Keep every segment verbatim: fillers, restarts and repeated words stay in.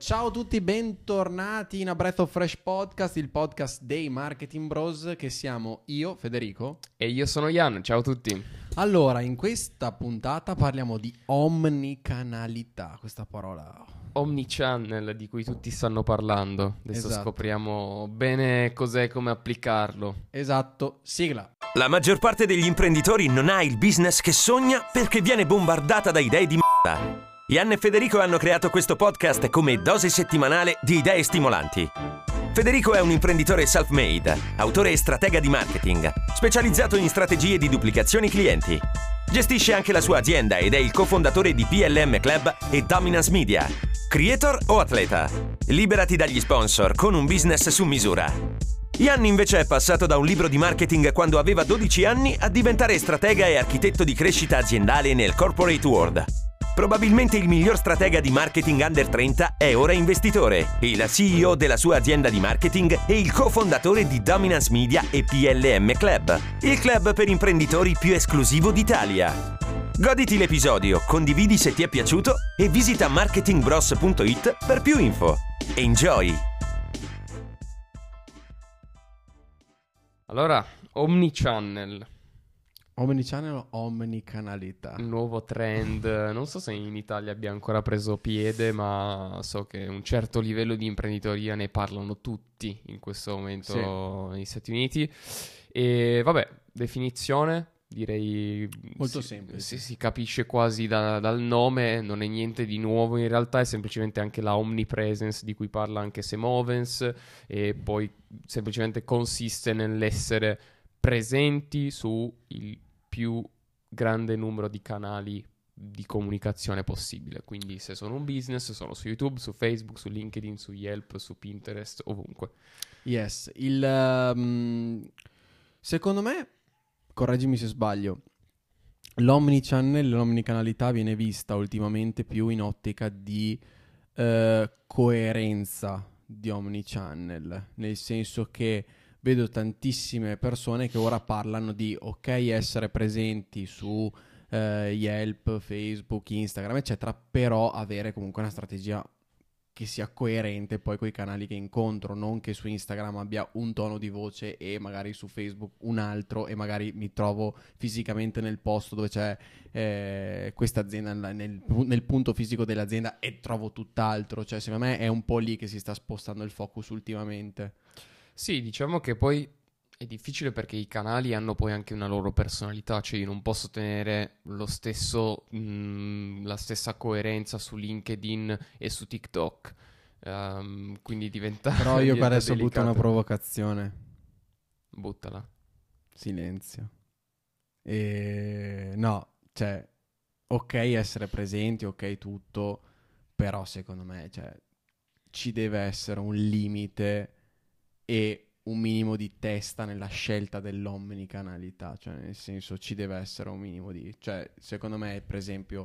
Ciao a tutti, bentornati in A Breath of Fresh Podcast, il podcast dei Marketing Bros, che siamo io, Federico. E io sono Ian, ciao a tutti. Allora, in questa puntata parliamo di omnicanalità, questa parola... Omnichannel di cui tutti stanno parlando. Adesso Esatto. Scopriamo bene cos'è e come applicarlo. Esatto, sigla. La maggior parte degli imprenditori non ha il business che sogna perché viene bombardata da idee di m***a. Ian e Federico hanno creato questo podcast come dose settimanale di idee stimolanti. Federico è un imprenditore self-made, autore e stratega di marketing, specializzato in strategie di duplicazioni clienti. Gestisce anche la sua azienda ed è il cofondatore di P L M Club e Dominance Media. Creator o atleta? Liberati dagli sponsor con un business su misura. Ian invece è passato da un libro di marketing quando aveva dodici anni a diventare stratega e architetto di crescita aziendale nel corporate world. Probabilmente il miglior stratega di marketing under trenta è ora investitore, il C E O della sua azienda di marketing e il cofondatore di Dominance Media e P L M Club, il club per imprenditori più esclusivo d'Italia. Goditi l'episodio, condividi se ti è piaciuto e visita marketing bros punto it per più info. Enjoy! Allora, Omnichannel. Omnichannel o omnicanalità? Un nuovo trend. Non so se in Italia abbia ancora preso piede, ma so che un certo livello di imprenditoria ne parlano tutti in questo momento Sì. negli Stati Uniti. E vabbè, definizione, direi Molto si, semplice. Si, si capisce quasi da- dal nome, non è niente di nuovo in realtà, è semplicemente anche la omnipresence di cui parla anche Sam Ovens, e poi semplicemente consiste nell'essere presenti su il più grande numero di canali di comunicazione possibile. Quindi se sono un business, sono su YouTube, su Facebook, su LinkedIn, su Yelp, su Pinterest, ovunque. Yes, il... um, secondo me, correggimi se sbaglio, l'omnichannel, l'omnicanalità viene vista ultimamente più in ottica di eh, coerenza di omnichannel, nel senso che vedo tantissime persone che ora parlano di ok essere presenti su eh, Yelp, Facebook, Instagram, eccetera, però avere comunque una strategia che sia coerente poi con i canali che incontro, non che su Instagram abbia un tono di voce e magari su Facebook un altro e magari mi trovo fisicamente nel posto dove c'è eh, questa azienda, nel, nel punto fisico dell'azienda, e trovo tutt'altro. Cioè secondo me è un po' lì che si sta spostando il focus ultimamente. Sì, diciamo che poi è difficile perché i canali hanno poi anche una loro personalità, cioè io non posso tenere lo stesso, mh, la stessa coerenza su LinkedIn e su TikTok, Ehm, quindi diventa Però io diventa adesso butto delicato. una provocazione. Buttala. Silenzio. E no, cioè, ok essere presenti, ok tutto, però secondo me, cioè, ci deve essere un limite e un minimo di testa nella scelta dell'omnicanalità, cioè nel senso ci deve essere un minimo di... Cioè, secondo me, per esempio,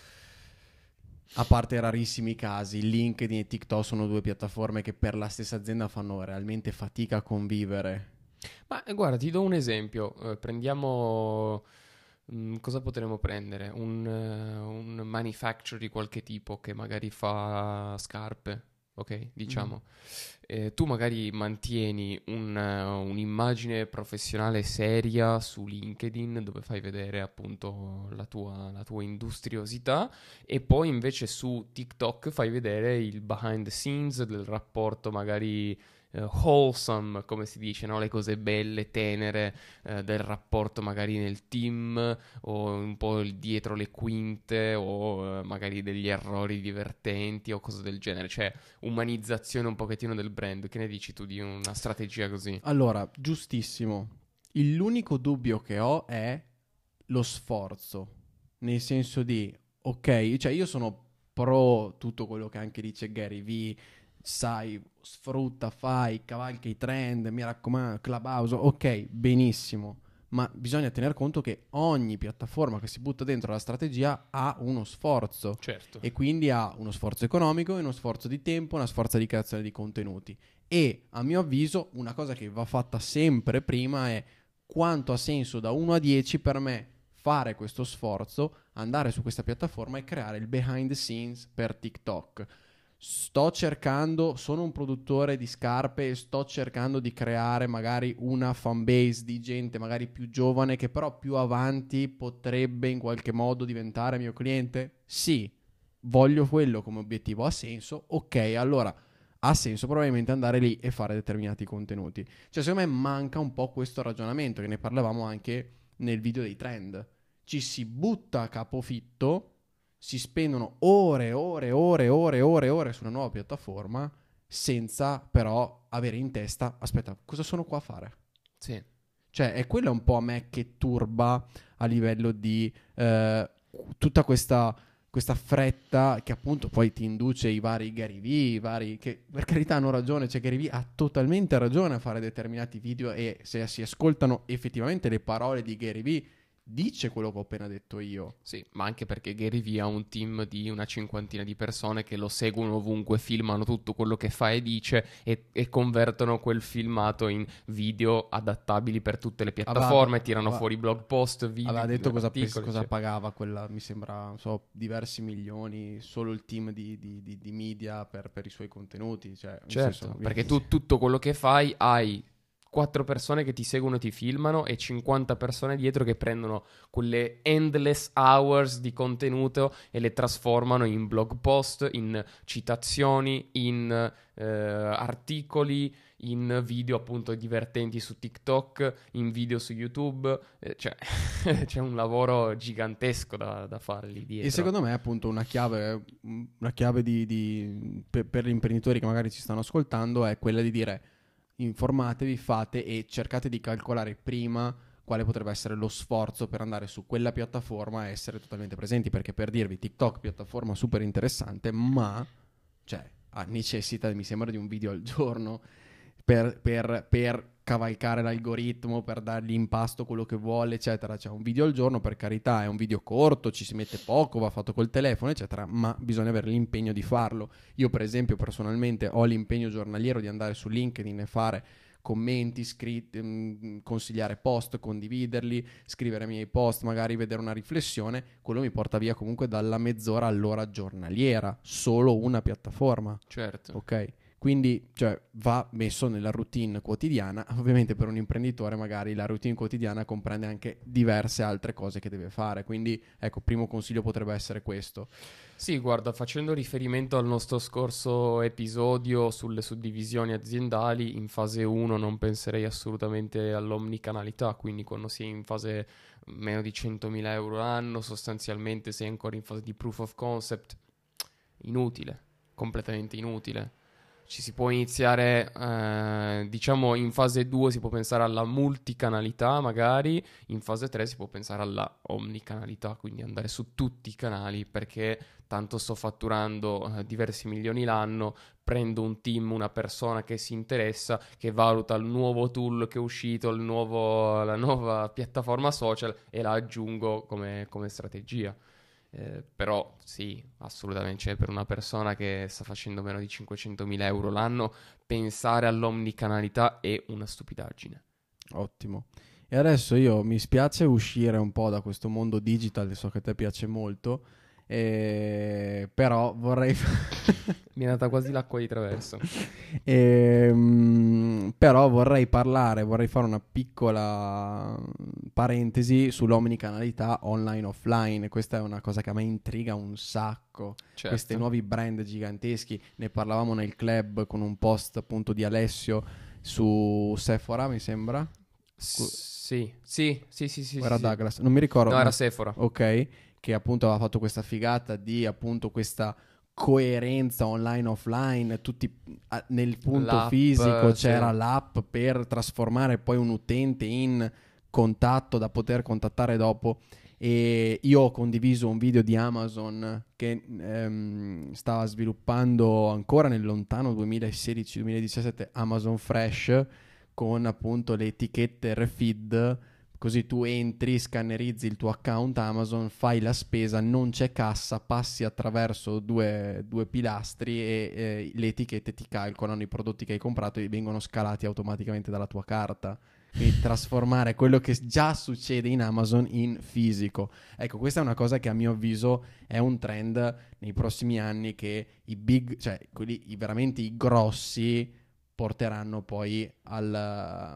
a parte rarissimi casi, LinkedIn e TikTok sono due piattaforme che per la stessa azienda fanno realmente fatica a convivere. Ma eh, guarda, ti do un esempio. Eh, prendiamo. mh, cosa potremmo prendere? Un, eh, un manufacturer di qualche tipo che magari fa scarpe, ok? Diciamo. Eh, tu magari mantieni un, eh, un'immagine professionale seria su LinkedIn dove fai vedere appunto la tua, la tua industriosità, e poi invece su TikTok fai vedere il behind the scenes del rapporto magari eh, wholesome, come si dice, no? Le cose belle, tenere eh, del rapporto magari nel team, o un po' il dietro le quinte, o eh, magari degli errori divertenti o cose del genere, cioè umanizzazione un pochettino del brand. Che ne dici tu di una strategia così? Allora, giustissimo. Il- L'unico dubbio che ho è lo sforzo, nel senso di, ok, cioè io sono pro tutto quello che anche dice Gary Vee, sai, sfrutta, fai, cavalca i trend, mi raccomando, Clubhouse, ok, benissimo, ma bisogna tener conto che ogni piattaforma che si butta dentro la strategia ha uno sforzo. Certo. E quindi ha uno sforzo economico, uno sforzo di tempo, una sforzo di creazione di contenuti. E a mio avviso una cosa che va fatta sempre prima è quanto ha senso da uno a dieci per me fare questo sforzo, andare su questa piattaforma e creare il behind the scenes per TikTok. sto cercando, sono un produttore di scarpe e sto cercando di creare magari una fan base di gente magari più giovane che però più avanti potrebbe in qualche modo diventare mio cliente? Sì, voglio quello come obiettivo, ha senso? Ok, allora ha senso probabilmente andare lì e fare determinati contenuti. Cioè secondo me manca un po' questo ragionamento, che ne parlavamo anche nel video dei trend. Ci si butta a capofitto, si spendono ore, ore, ore, ore, ore, ore su una nuova piattaforma senza però avere in testa, aspetta, cosa sono qua a fare? Sì. Cioè è quello un po' a me che turba a livello di eh, tutta questa, questa fretta che appunto poi ti induce i vari Gary Vee, i vari che per carità hanno ragione, cioè Gary Vee ha totalmente ragione a fare determinati video e se si ascoltano effettivamente le parole di Gary Vee dice quello che ho appena detto io. Sì, ma anche perché Gary Vee ha un team di una cinquantina di persone che lo seguono ovunque, filmano tutto quello che fa e dice e, e convertono quel filmato in video adattabili per tutte le piattaforme, aveva, tirano aveva, fuori blog post, video, aveva detto cosa, articoli, cosa cioè. pagava quella, mi sembra, non so, diversi milioni solo il team di, di, di, di media per, per i suoi contenuti. Cioè, nel Certo, senso, perché tu tutto quello che fai hai quattro persone che ti seguono e ti filmano e cinquanta persone dietro che prendono quelle endless hours di contenuto e le trasformano in blog post, in citazioni, in eh, articoli, in video appunto divertenti su TikTok, in video su YouTube, eh, cioè c'è un lavoro gigantesco da, da fare lì dietro. E secondo me appunto una chiave, una chiave di, di, per, per gli imprenditori che magari ci stanno ascoltando è quella di dire: informatevi, fate e cercate di calcolare prima quale potrebbe essere lo sforzo per andare su quella piattaforma e essere totalmente presenti, perché per dirvi TikTok piattaforma super interessante, ma cioè necessita, mi sembra, di un video al giorno per, per, per cavalcare l'algoritmo, per dargli in pasto quello che vuole, eccetera. Cioè un video al giorno, per carità, è un video corto, ci si mette poco, va fatto col telefono, eccetera, ma bisogna avere l'impegno di farlo. Io per esempio personalmente ho l'impegno giornaliero di andare su LinkedIn e fare commenti, scritti, mh, consigliare post, condividerli, scrivere i miei post, magari vedere una riflessione. Quello mi porta via comunque dalla mezz'ora all'ora giornaliera, solo una piattaforma. Certo. Ok? Quindi, cioè, va messo nella routine quotidiana. Ovviamente per un imprenditore magari la routine quotidiana comprende anche diverse altre cose che deve fare. Quindi, ecco, primo consiglio potrebbe essere questo. Sì, guarda, facendo riferimento al nostro scorso episodio sulle suddivisioni aziendali, in fase uno non penserei assolutamente all'omnicanalità, quindi quando si è in fase meno di centomila euro l'anno, sostanzialmente sei ancora in fase di proof of concept, inutile, completamente inutile. Ci si può iniziare, eh, diciamo in fase due si può pensare alla multicanalità magari, in fase tre si può pensare alla omnicanalità, quindi andare su tutti i canali, perché tanto sto fatturando eh, diversi milioni l'anno, prendo un team, una persona che si interessa, che valuta il nuovo tool che è uscito, il nuovo, la nuova piattaforma social e la aggiungo come, come strategia. Eh, però sì, assolutamente, cioè, per una persona che sta facendo meno di cinquecentomila euro l'anno, pensare all'omnicanalità è una stupidaggine. Ottimo. E adesso io mi spiace uscire un po' da questo mondo digital, so che a te piace molto, eh, però vorrei... Mi è nata quasi l'acqua di traverso. Ehm, però vorrei parlare, vorrei fare una piccola parentesi sull'omnicanalità online-offline. Questa è una cosa che a me intriga un sacco. Certo. Questi nuovi brand giganteschi, ne parlavamo nel club con un post appunto di Alessio su Sephora, mi sembra. Sì, sì, sì, sì, sì. Era sì. Douglas, non mi ricordo. No, ma... era Sephora. Ok, che appunto aveva fatto questa figata di appunto questa coerenza online offline, tutti a, nel punto L'app, fisico sì. c'era l'app per trasformare poi un utente in contatto da poter contattare dopo. E io ho condiviso un video di Amazon che ehm, stava sviluppando ancora nel lontano duemilasedici duemiladiciassette Amazon Fresh, con appunto le etichette refeed. Così tu entri, scannerizzi il tuo account Amazon, fai la spesa, non c'è cassa, passi attraverso due, due pilastri e eh, le etichette ti calcolano i prodotti che hai comprato e vengono scalati automaticamente dalla tua carta. quindi trasformare quello che già succede in Amazon in fisico. Ecco, questa è una cosa che a mio avviso è un trend nei prossimi anni, che i big, cioè quelli i veramente i grossi porteranno poi al,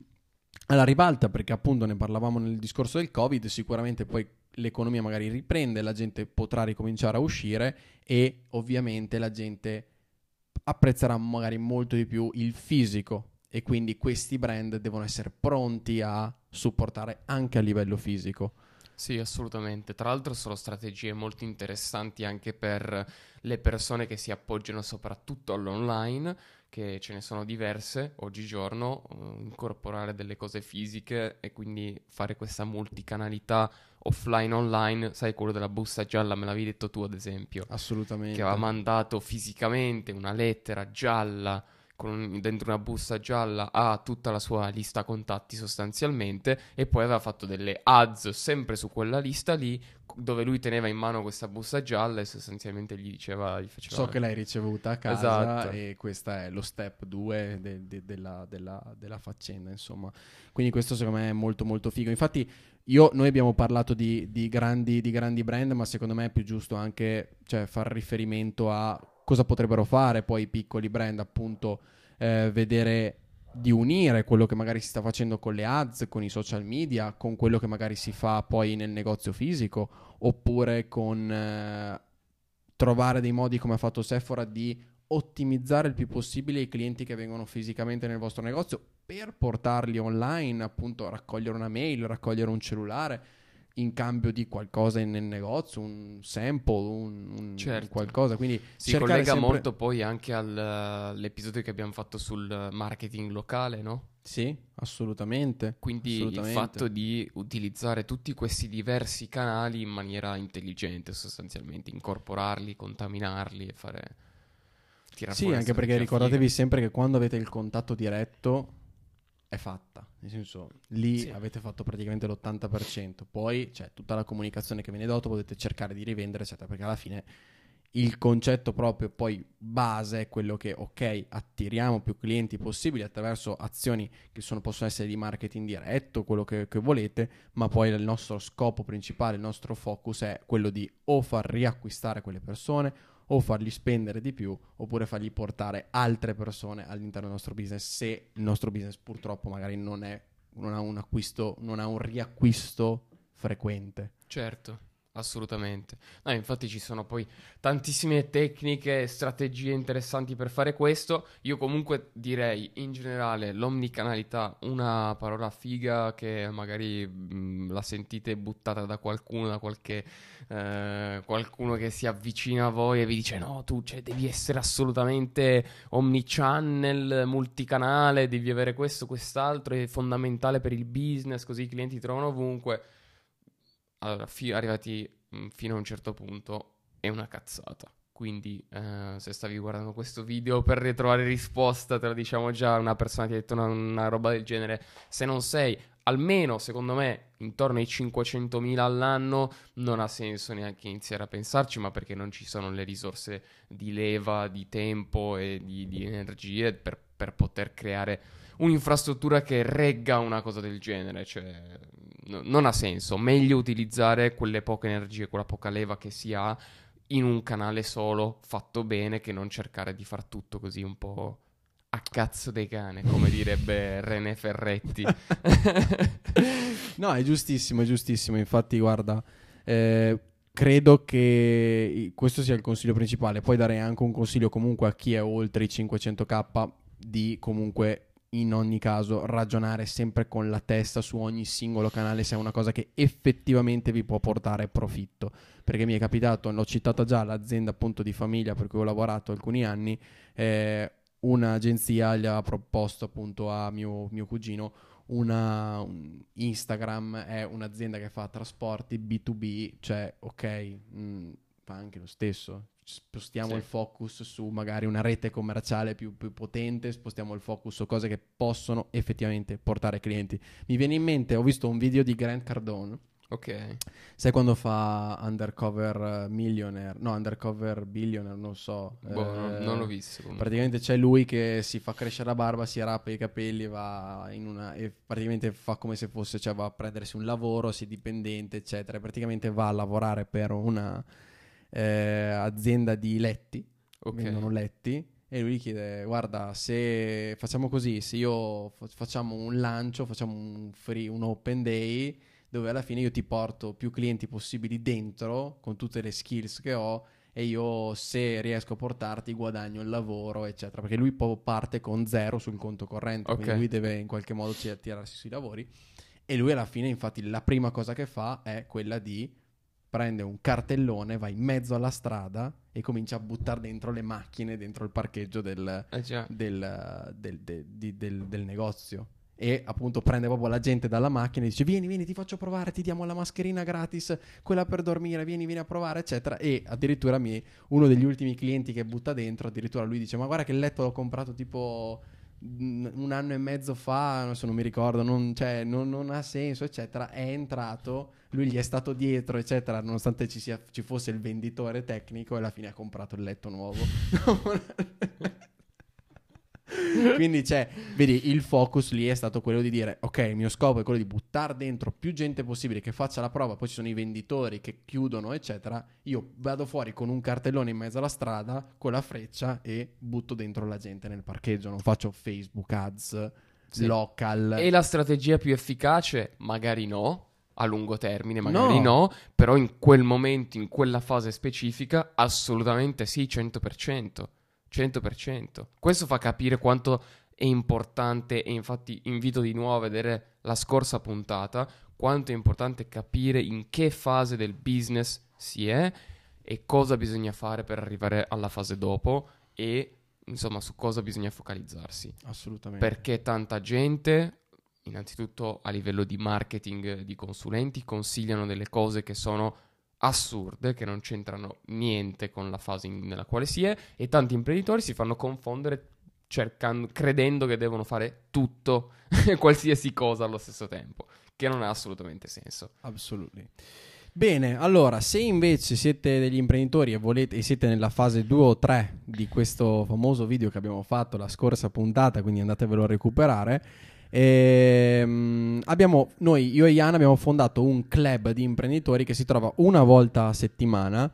alla ribalta, perché appunto ne parlavamo nel discorso del Covid, sicuramente poi l'economia magari riprende, la gente potrà ricominciare a uscire e ovviamente la gente apprezzerà magari molto di più il fisico, e quindi questi brand devono essere pronti a supportare anche a livello fisico. Sì, assolutamente. Tra l'altro sono strategie molto interessanti anche per le persone che si appoggiano soprattutto all'online, che ce ne sono diverse oggigiorno, uh, incorporare delle cose fisiche e quindi fare questa multicanalità offline-online. Sai, quello della busta gialla, me l'avevi detto tu ad esempio, Assolutamente. che aveva mandato fisicamente una lettera gialla con dentro una busta gialla a tutta la sua lista contatti sostanzialmente, e poi aveva fatto delle ads sempre su quella lista lì, dove lui teneva in mano questa busta gialla e sostanzialmente gli diceva, gli faceva... So che l'hai ricevuta a casa, Esatto. e questo è lo step due de- de- della, della, della faccenda, insomma. Quindi questo secondo me è molto molto figo. Infatti io, noi abbiamo parlato di, di, grandi, di grandi brand, ma secondo me è più giusto anche, cioè, far riferimento a cosa potrebbero fare poi i piccoli brand, appunto, eh, vedere di unire quello che magari si sta facendo con le ads, con i social media, con quello che magari si fa poi nel negozio fisico, oppure con eh, trovare dei modi, come ha fatto Sephora, di ottimizzare il più possibile i clienti che vengono fisicamente nel vostro negozio per portarli online, appunto raccogliere una mail, raccogliere un cellulare in cambio di qualcosa nel negozio, un sample, un, un Certo. qualcosa. Quindi si cercare collega sempre... molto poi anche al, all'episodio che abbiamo fatto sul marketing locale, no? Sì, assolutamente. Quindi assolutamente. il fatto di utilizzare tutti questi diversi canali in maniera intelligente, sostanzialmente, incorporarli, contaminarli e fare... tirar Sì, fuori anche una perché strategia ricordatevi figa. sempre che quando avete il contatto diretto è fatta, nel senso, lì Sì. avete fatto praticamente l'ottanta per cento, poi c'è tutta la comunicazione che viene dopo, potete cercare di rivendere, eccetera, perché alla fine il concetto proprio poi base è quello che, ok, attiriamo più clienti possibili attraverso azioni che sono, possono essere di marketing diretto, quello che, che volete, ma poi il nostro scopo principale, il nostro focus è quello di o far riacquistare quelle persone, o fargli spendere di più, oppure fargli portare altre persone all'interno del nostro business, se il nostro business purtroppo magari non è, non ha un acquisto, non ha un riacquisto frequente. Certo. Assolutamente. No, infatti ci sono poi tantissime tecniche e strategie interessanti per fare questo. Io comunque direi in generale l'omnicanalità, una parola figa che magari mh, la sentite buttata da qualcuno, da qualche eh, qualcuno che si avvicina a voi e vi dice no, tu cioè, devi essere assolutamente omnichannel, multicanale, devi avere questo, quest'altro, è fondamentale per il business, così i clienti ti trovano ovunque. Allora, fi- arrivati mh, fino a un certo punto è una cazzata. Quindi eh, se stavi guardando questo video per ritrovare risposta, te lo diciamo già, una persona ti ha detto una, una roba del genere, se non sei almeno, secondo me, intorno ai cinquecentomila all'anno, non ha senso neanche iniziare a pensarci, ma perché non ci sono le risorse di leva, di tempo e di, di energie per, per poter creare un'infrastruttura che regga una cosa del genere, cioè no, non ha senso. Meglio utilizzare quelle poche energie, quella poca leva che si ha in un canale solo fatto bene, che non cercare di far tutto così un po' a cazzo dei cane, come direbbe René Ferretti. No, è giustissimo, è giustissimo. Infatti, guarda, eh, credo che questo sia il consiglio principale. Poi darei anche un consiglio comunque a chi è oltre i cinquecento k di comunque in ogni caso ragionare sempre con la testa su ogni singolo canale se è una cosa che effettivamente vi può portare profitto, perché mi è capitato, l'ho citata già, l'azienda appunto di famiglia per cui ho lavorato alcuni anni, eh, un'agenzia gli ha proposto appunto a mio, mio cugino una un Instagram, è un'azienda che fa trasporti B due B, cioè ok, mh, fa anche lo stesso, spostiamo Sì. il focus su magari una rete commerciale più, più potente, spostiamo il focus su cose che possono effettivamente portare clienti. Mi viene in mente, ho visto un video di Grant Cardone Ok. Sai quando fa Undercover Millionaire? No, Undercover Billionaire, non so. Boh, non, eh, non l'ho visto. comunque. Praticamente c'è lui che si fa crescere la barba, si rappa i capelli, va in una e praticamente fa come se fosse, cioè va a prendersi un lavoro, si è dipendente, eccetera. E praticamente va a lavorare per una eh, azienda di letti, Ok. vendono letti. E lui gli chiede, guarda, se facciamo così, se io fa- facciamo un lancio, facciamo un free, un open day, dove alla fine io ti porto più clienti possibili dentro, con tutte le skills che ho, e io se riesco a portarti guadagno il lavoro, eccetera. Perché lui poi parte con zero sul conto corrente, Ok. quindi lui deve in qualche modo ci- tirarsi sui lavori. E lui alla fine, infatti, la prima cosa che fa è quella di prende un cartellone, va in mezzo alla strada e comincia a buttare dentro le macchine dentro il parcheggio del, Eh già. del, del, de- di- del- del negozio. E appunto prende proprio la gente dalla macchina e dice vieni, vieni, ti faccio provare, ti diamo la mascherina gratis, quella per dormire, vieni, vieni a provare, eccetera. E addirittura mi, uno degli ultimi clienti che butta dentro, addirittura lui dice ma guarda che il letto l'ho comprato tipo mh, un anno e mezzo fa, non so, non mi ricordo, non, cioè, non, non ha senso, eccetera. È entrato, lui gli è stato dietro, eccetera, nonostante ci, sia, ci fosse il venditore tecnico, e alla fine ha comprato il letto nuovo. Quindi cioè, vedi, il focus lì è stato quello di dire ok, il mio scopo è quello di buttare dentro più gente possibile che faccia la prova, poi ci sono i venditori che chiudono eccetera, io vado fuori con un cartellone in mezzo alla strada con la freccia e butto dentro la gente nel parcheggio, non faccio Facebook ads, Sì. local. E la strategia più efficace? Magari no, a lungo termine magari No. no, però in quel momento, in quella fase specifica, assolutamente sì, cento per cento. cento per cento. Questo fa capire quanto è importante, e infatti invito di nuovo a vedere la scorsa puntata, quanto è importante capire in che fase del business si è e cosa bisogna fare per arrivare alla fase dopo e insomma su cosa bisogna focalizzarsi. Assolutamente. Perché tanta gente, innanzitutto a livello di marketing, di consulenti, consigliano delle cose che sono assurde, che non c'entrano niente con la fase in- nella quale si è, e tanti imprenditori si fanno confondere cercando, credendo che devono fare tutto, qualsiasi cosa allo stesso tempo, che non ha assolutamente senso. Assolutamente. Bene, allora, se invece siete degli imprenditori e volete e siete nella fase due o tre di questo famoso video che abbiamo fatto la scorsa puntata, quindi andatevelo a recuperare. Ehm, abbiamo, noi, io e Ian, abbiamo fondato un club di imprenditori che si trova una volta a settimana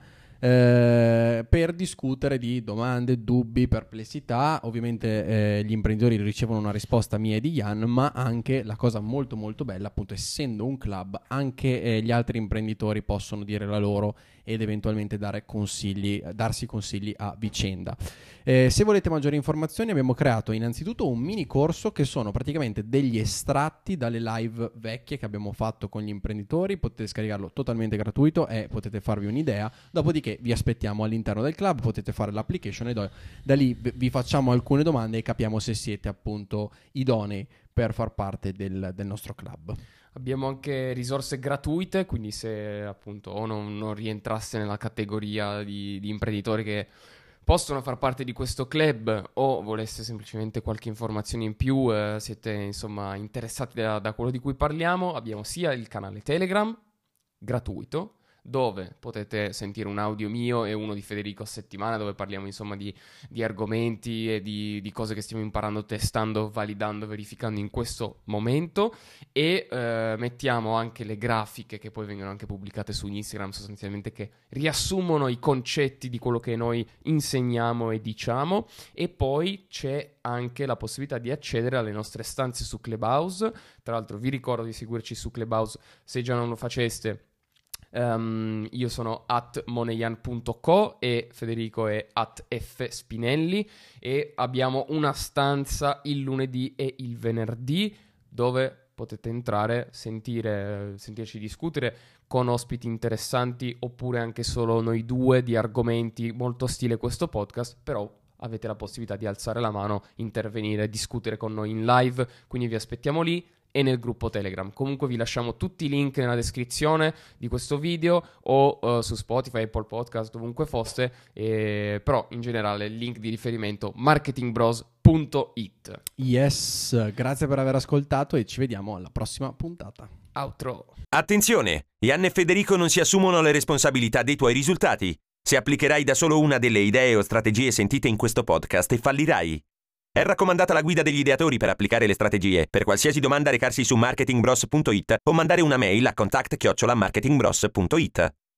eh, per discutere di domande, dubbi, perplessità. Ovviamente eh, gli imprenditori ricevono una risposta mia e di Ian, ma anche la cosa molto molto bella, appunto, essendo un club, anche eh, gli altri imprenditori possono dire la loro ed eventualmente dare consigli, darsi consigli a vicenda. Eh, se volete maggiori informazioni, abbiamo creato innanzitutto un mini corso che sono praticamente degli estratti dalle live vecchie che abbiamo fatto con gli imprenditori. Potete scaricarlo totalmente gratuito e potete farvi un'idea. Dopodiché vi aspettiamo all'interno del club, potete fare l'application e do- da lì v- vi facciamo alcune domande e capiamo se siete appunto idonei per far parte del, del nostro club. Abbiamo anche risorse gratuite, quindi se appunto o non, non rientraste nella categoria di, di imprenditori che possono far parte di questo club o voleste semplicemente qualche informazione in più, eh, siete insomma interessati da, da quello di cui parliamo, abbiamo sia il canale Telegram gratuito, dove potete sentire un audio mio e uno di Federico a settimana, dove parliamo insomma di, di argomenti e di, di cose che stiamo imparando, testando, validando, verificando in questo momento, e eh, mettiamo anche le grafiche che poi vengono anche pubblicate su Instagram, sostanzialmente, che riassumono i concetti di quello che noi insegniamo e diciamo. E poi c'è anche la possibilità di accedere alle nostre stanze su Clubhouse. Tra l'altro vi ricordo di seguirci su Clubhouse se già non lo faceste. Um, io sono at moneyan punto co e Federico è at fspinelli, e abbiamo una stanza il lunedì e il venerdì dove potete entrare, sentire, sentirci discutere con ospiti interessanti, oppure anche solo noi due di argomenti molto stile questo podcast, però avete la possibilità di alzare la mano, intervenire, discutere con noi in live, quindi vi aspettiamo lì e nel gruppo Telegram. Comunque vi lasciamo tutti i link nella descrizione di questo video o uh, su Spotify, Apple Podcast, dovunque foste, e... però in generale il link di riferimento marketing bros punto it. Yes, grazie per aver ascoltato e ci vediamo alla prossima puntata. Outro. Attenzione! Ian e Federico non si assumono le responsabilità dei tuoi risultati. Se applicherai da solo una delle idee o strategie sentite in questo podcast, fallirai. È raccomandata la guida degli ideatori per applicare le strategie. Per qualsiasi domanda recarsi su marketing bros punto it o mandare una mail a contact chiocciola marketing bros punto it.